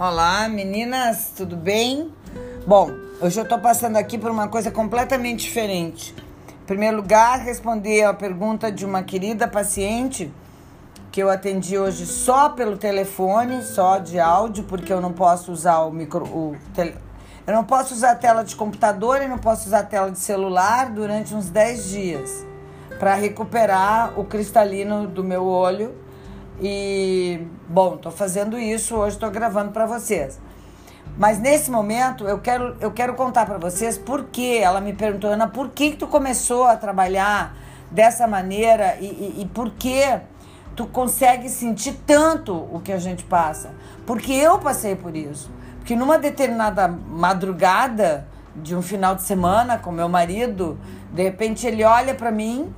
Olá, meninas, tudo bem? Bom, hoje eu tô passando aqui por uma coisa completamente diferente. Em primeiro lugar, responder a pergunta de uma querida paciente que eu atendi hoje só pelo telefone, só de áudio, porque eu não posso usar eu não posso usar a tela de computador e não posso usar a tela de celular durante uns 10 dias para recuperar o cristalino do meu olho. E, bom, tô fazendo isso hoje, tô gravando para vocês. Mas nesse momento eu quero contar para vocês por que ela me perguntou, Ana, por que tu começou a trabalhar dessa maneira e por que tu consegue sentir tanto o que a gente passa? Porque eu passei por isso. Porque numa determinada madrugada de um final de semana com meu marido, de repente ele olha para mim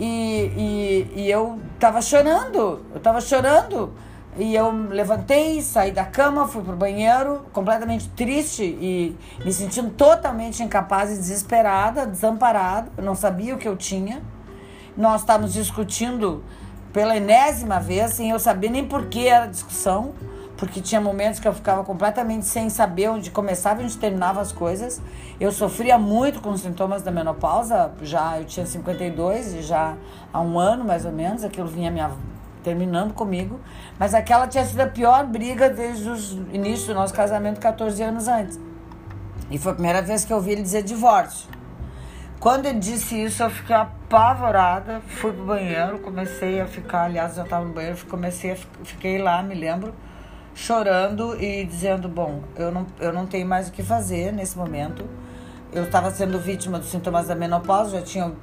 e eu tava chorando. E eu levantei, saí da cama, fui pro banheiro, completamente triste e me sentindo totalmente incapaz e desesperada, desamparada. Eu não sabia o que eu tinha. Nós estávamos discutindo pela enésima vez, sem eu saber nem por que era discussão, porque tinha momentos que eu ficava completamente sem saber onde começava e onde terminava as coisas. Eu sofria muito com os sintomas da menopausa, eu tinha 52 e já há um ano mais ou menos, aquilo vinha terminando comigo, mas aquela tinha sido a pior briga desde o início do nosso casamento, 14 anos antes. E foi a primeira vez que eu ouvi ele dizer divórcio. Quando ele disse isso, eu fiquei apavorada, fui pro banheiro, comecei a ficar, aliás, eu estava no banheiro, fiquei lá, me lembro, chorando e dizendo, bom, eu não tenho mais o que fazer nesse momento. Eu estava sendo vítima dos sintomas da menopausa,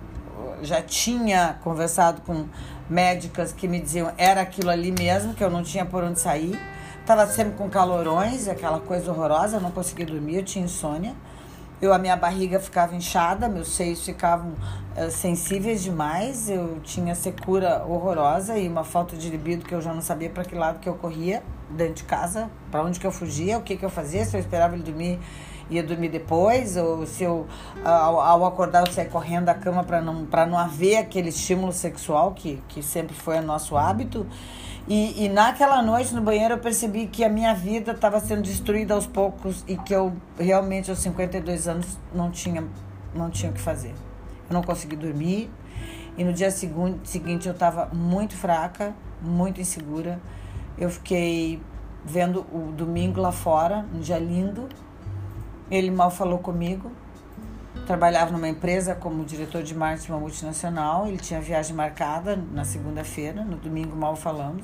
já tinha conversado com médicas que me diziam era aquilo ali mesmo, que eu não tinha por onde sair. Estava sempre com calorões, aquela coisa horrorosa, eu não conseguia dormir, eu tinha insônia. A minha barriga ficava inchada, meus seios ficavam sensíveis demais, eu tinha secura horrorosa e uma falta de libido que eu já não sabia para que lado que eu corria dentro de casa, para onde que eu fugia, o que que eu fazia, se eu esperava ele dormir, ia dormir depois, ou se eu, ao acordar, eu saia correndo da cama para não haver aquele estímulo sexual que sempre foi o nosso hábito. E naquela noite no banheiro eu percebi que a minha vida estava sendo destruída aos poucos e que eu realmente aos 52 anos não tinha o que fazer. Eu não consegui dormir e no dia seguinte eu estava muito fraca, muito insegura. Eu fiquei vendo o domingo lá fora, um dia lindo. Ele mal falou comigo. Trabalhava numa empresa como diretor de marketing de uma multinacional. Ele tinha viagem marcada na segunda-feira, no domingo mal falamos.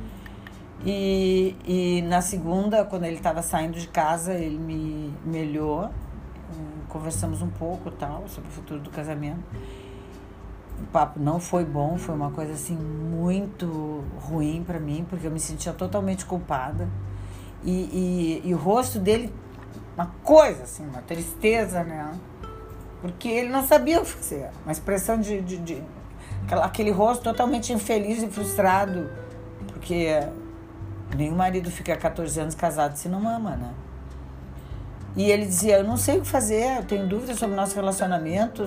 E na segunda, quando ele estava saindo de casa, ele me olhou, conversamos um pouco tal, sobre o futuro do casamento. O papo não foi bom, foi uma coisa assim muito ruim para mim, porque eu me sentia totalmente culpada. E o rosto dele, uma coisa assim, uma tristeza, né? Porque ele não sabia o que fazer. Uma expressão aquele rosto totalmente infeliz e frustrado. Porque nenhum marido fica 14 anos casado se não ama, né? E ele dizia, eu não sei o que fazer, eu tenho dúvidas sobre o nosso relacionamento.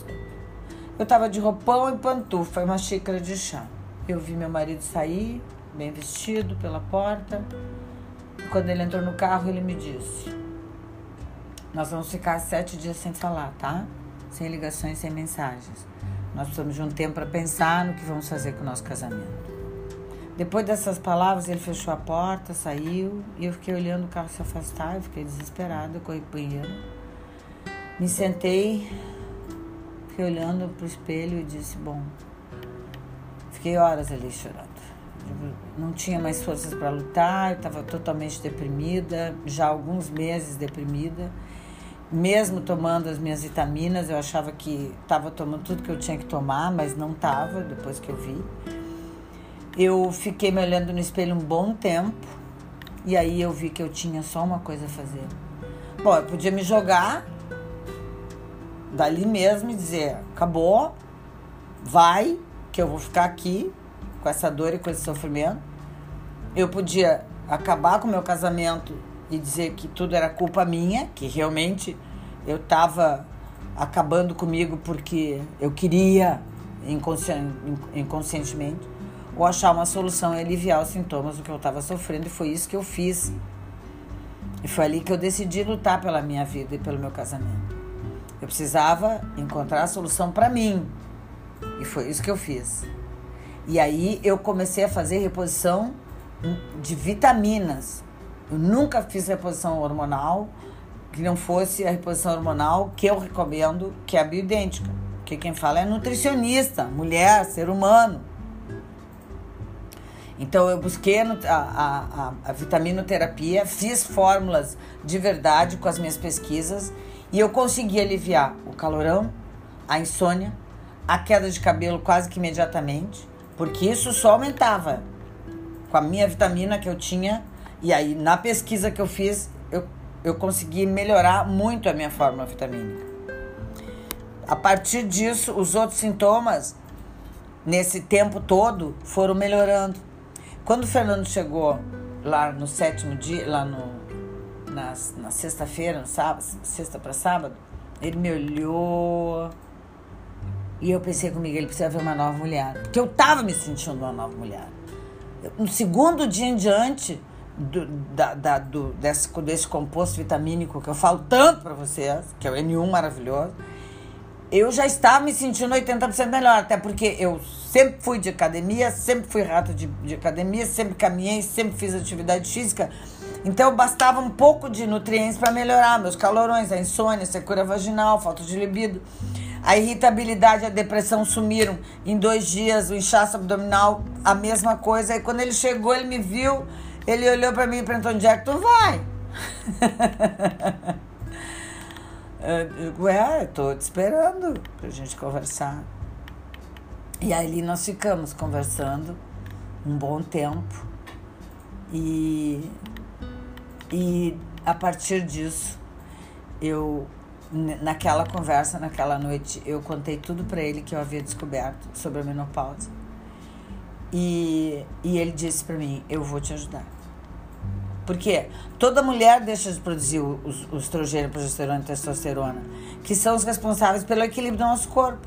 Eu estava de roupão e pantufa e uma xícara de chá. Eu vi meu marido sair, bem vestido, pela porta. E quando ele entrou no carro, ele me disse, nós vamos ficar 7 dias sem falar, tá? Sem ligações, sem mensagens. Nós precisamos de um tempo para pensar no que vamos fazer com o nosso casamento. Depois dessas palavras, ele fechou a porta, saiu, e eu fiquei olhando o carro se afastar, eu fiquei desesperada, eu corri pro banheiro. Me sentei, fiquei olhando pro espelho e disse, bom, fiquei horas ali chorando. Não tinha mais forças para lutar, eu estava totalmente deprimida, já há alguns meses deprimida. Mesmo tomando as minhas vitaminas, eu achava que estava tomando tudo que eu tinha que tomar, mas não estava, depois que eu vi. Eu fiquei me olhando no espelho um bom tempo, e aí eu vi que eu tinha só uma coisa a fazer. Bom, eu podia me jogar dali mesmo e dizer, acabou, vai, que eu vou ficar aqui com essa dor e com esse sofrimento. Eu podia acabar com o meu casamento e dizer que tudo era culpa minha, que realmente eu estava acabando comigo porque eu queria inconscientemente, ou achar uma solução e aliviar os sintomas do que eu estava sofrendo, e foi isso que eu fiz. E foi ali que eu decidi lutar pela minha vida e pelo meu casamento. Eu precisava encontrar a solução para mim. E foi isso que eu fiz. E aí eu comecei a fazer reposição de vitaminas. Eu nunca fiz reposição hormonal que não fosse a reposição hormonal que eu recomendo, que é a bioidêntica. Porque quem fala é nutricionista, mulher, ser humano. Então eu busquei a vitaminoterapia, fiz fórmulas de verdade com as minhas pesquisas e eu consegui aliviar o calorão, a insônia, a queda de cabelo quase que imediatamente, porque isso só aumentava com a minha vitamina que eu tinha. E aí na pesquisa que eu fiz, eu consegui melhorar muito a minha fórmula vitamínica. A partir disso, os outros sintomas, nesse tempo todo, foram melhorando. Quando o Fernando chegou lá no 7º dia, lá na sexta-feira, no sábado, sexta para sábado, ele me olhou e eu pensei comigo, ele precisa ver uma nova mulher. Porque eu tava me sentindo uma nova mulher. No segundo dia em diante desse composto vitamínico que eu falo tanto para vocês, que é o N1 maravilhoso, eu já estava me sentindo 80% melhor, até porque eu sempre fui de academia, sempre fui rata de academia, sempre caminhei, sempre fiz atividade física, então bastava um pouco de nutrientes para melhorar meus calorões, a insônia, a secura vaginal, falta de libido, a irritabilidade e a depressão sumiram em 2 dias, o inchaço abdominal, a mesma coisa. Aí quando ele chegou, ele me viu, ele olhou para mim e perguntou: onde é que tu vai? Eu digo, eu tô te esperando pra gente conversar. E aí nós ficamos conversando um bom tempo. E a partir disso, naquela conversa, naquela noite, eu contei tudo pra ele que eu havia descoberto sobre a menopausa. E ele disse pra mim, eu vou te ajudar. Porque toda mulher deixa de produzir o estrogênio, progesterona e testosterona, que são os responsáveis pelo equilíbrio do nosso corpo.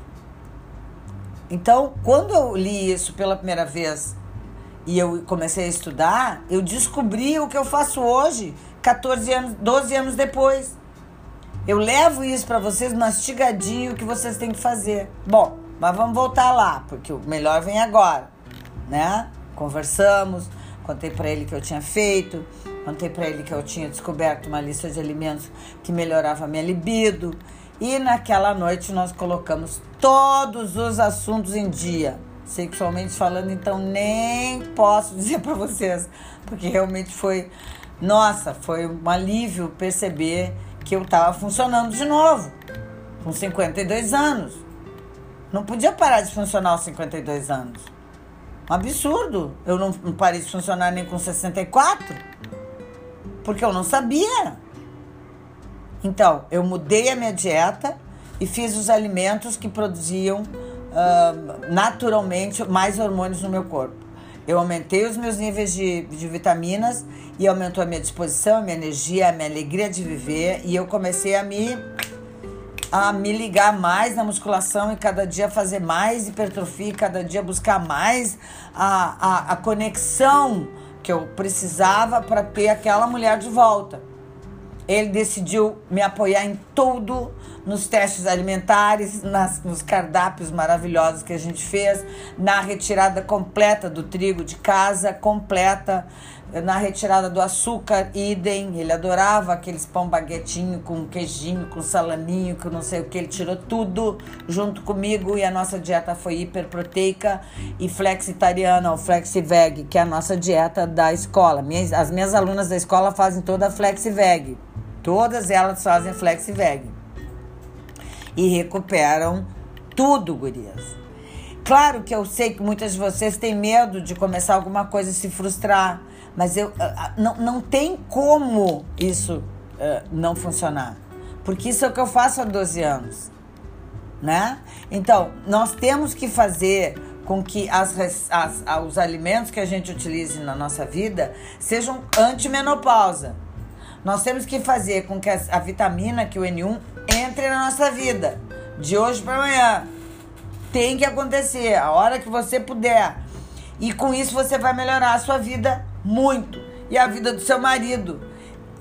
Então, quando eu li isso pela primeira vez e eu comecei a estudar, eu descobri o que eu faço hoje, 12 anos depois. Eu levo isso para vocês mastigadinho, o que vocês têm que fazer. Bom, mas vamos voltar lá, porque o melhor vem agora, né? Conversamos, contei para ele que eu tinha feito, contei para ele que eu tinha descoberto uma lista de alimentos que melhorava a minha libido. E naquela noite nós colocamos todos os assuntos em dia. Sexualmente falando, então nem posso dizer para vocês, porque realmente foi um alívio perceber que eu estava funcionando de novo, com 52 anos. Não podia parar de funcionar aos 52 anos. Um absurdo. Eu não parei de funcionar nem com 64, porque eu não sabia. Então, eu mudei a minha dieta e fiz os alimentos que produziam naturalmente mais hormônios no meu corpo. Eu aumentei os meus níveis de vitaminas e aumentou a minha disposição, a minha energia, a minha alegria de viver. E eu comecei a me ligar mais na musculação e cada dia fazer mais hipertrofia, cada dia buscar mais a conexão que eu precisava para ter aquela mulher de volta. Ele decidiu me apoiar em tudo, nos testes alimentares, nos cardápios maravilhosos que a gente fez, na retirada completa do trigo de casa, completa, na retirada do açúcar, idem. Ele adorava aqueles pão baguetinho com queijinho, com salaminho, com não sei o que. Ele tirou tudo junto comigo e a nossa dieta foi hiperproteica e flexitariana, ou flexiveg, que é a nossa dieta da escola. As minhas alunas da escola fazem toda a flexiveg. Todas elas fazem flexiveg. E recuperam tudo, gurias. Claro que eu sei que muitas de vocês têm medo de começar alguma coisa e se frustrar. Mas não tem como isso não funcionar. Porque isso é o que eu faço há 12 anos. Né? Então, nós temos que fazer com que os alimentos que a gente utilize na nossa vida sejam antimenopausa. Nós temos que fazer com que a vitamina, que o N1, entre na nossa vida. De hoje para amanhã. Tem que acontecer, a hora que você puder. E com isso você vai melhorar a sua vida muito. E a vida do seu marido.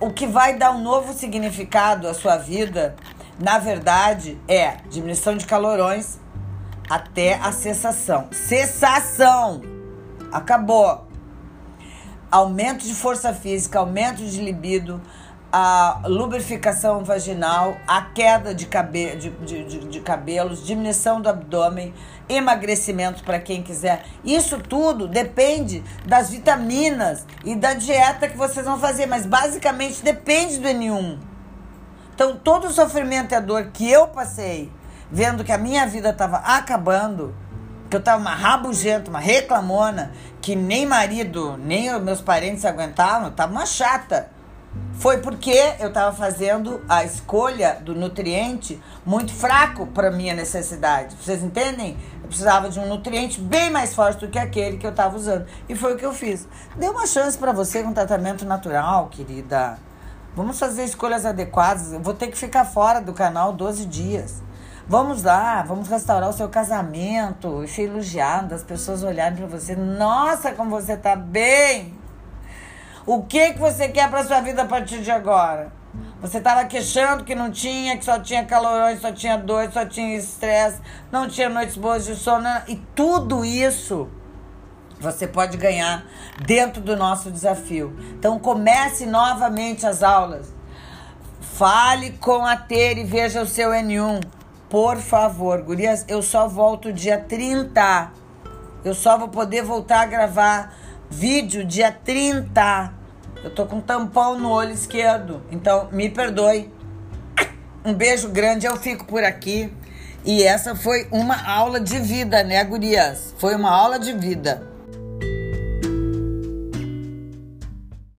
o que vai dar um novo significado à sua vida, na verdade, é diminuição de calorões até a cessação. Cessação! Acabou. Aumento de força física, aumento de libido, a lubrificação vaginal, a queda de cabelos, diminuição do abdômen, emagrecimento para quem quiser. Isso tudo depende das vitaminas e da dieta que vocês vão fazer, mas basicamente depende do N1. Então, todo o sofrimento e a dor que eu passei, vendo que a minha vida estava acabando, que eu estava uma rabugenta, uma reclamona, que nem marido, nem os meus parentes aguentavam, eu estava uma chata. Foi porque eu estava fazendo a escolha do nutriente muito fraco para minha necessidade. Vocês entendem? Eu precisava de um nutriente bem mais forte do que aquele que eu estava usando. E foi o que eu fiz. Dê uma chance para você com tratamento natural, querida. Vamos fazer escolhas adequadas. Eu vou ter que ficar fora do canal 12 dias. Vamos lá, vamos restaurar o seu casamento, ser elogiado, as pessoas olharem para você. Nossa, como você tá bem! O que você quer para sua vida a partir de agora? Você estava queixando que não tinha, que só tinha calorões, só tinha dor, só tinha estresse, não tinha noites boas de sono. E tudo isso você pode ganhar dentro do nosso desafio. Então comece novamente as aulas. Fale com a Tere e veja o seu N1. Por favor, gurias, eu só volto dia 30. Eu só vou poder voltar a gravar vídeo dia 30. Eu tô com um tampão no olho esquerdo. Então, me perdoe. Um beijo grande, eu fico por aqui. E essa foi uma aula de vida, né, gurias? Foi uma aula de vida.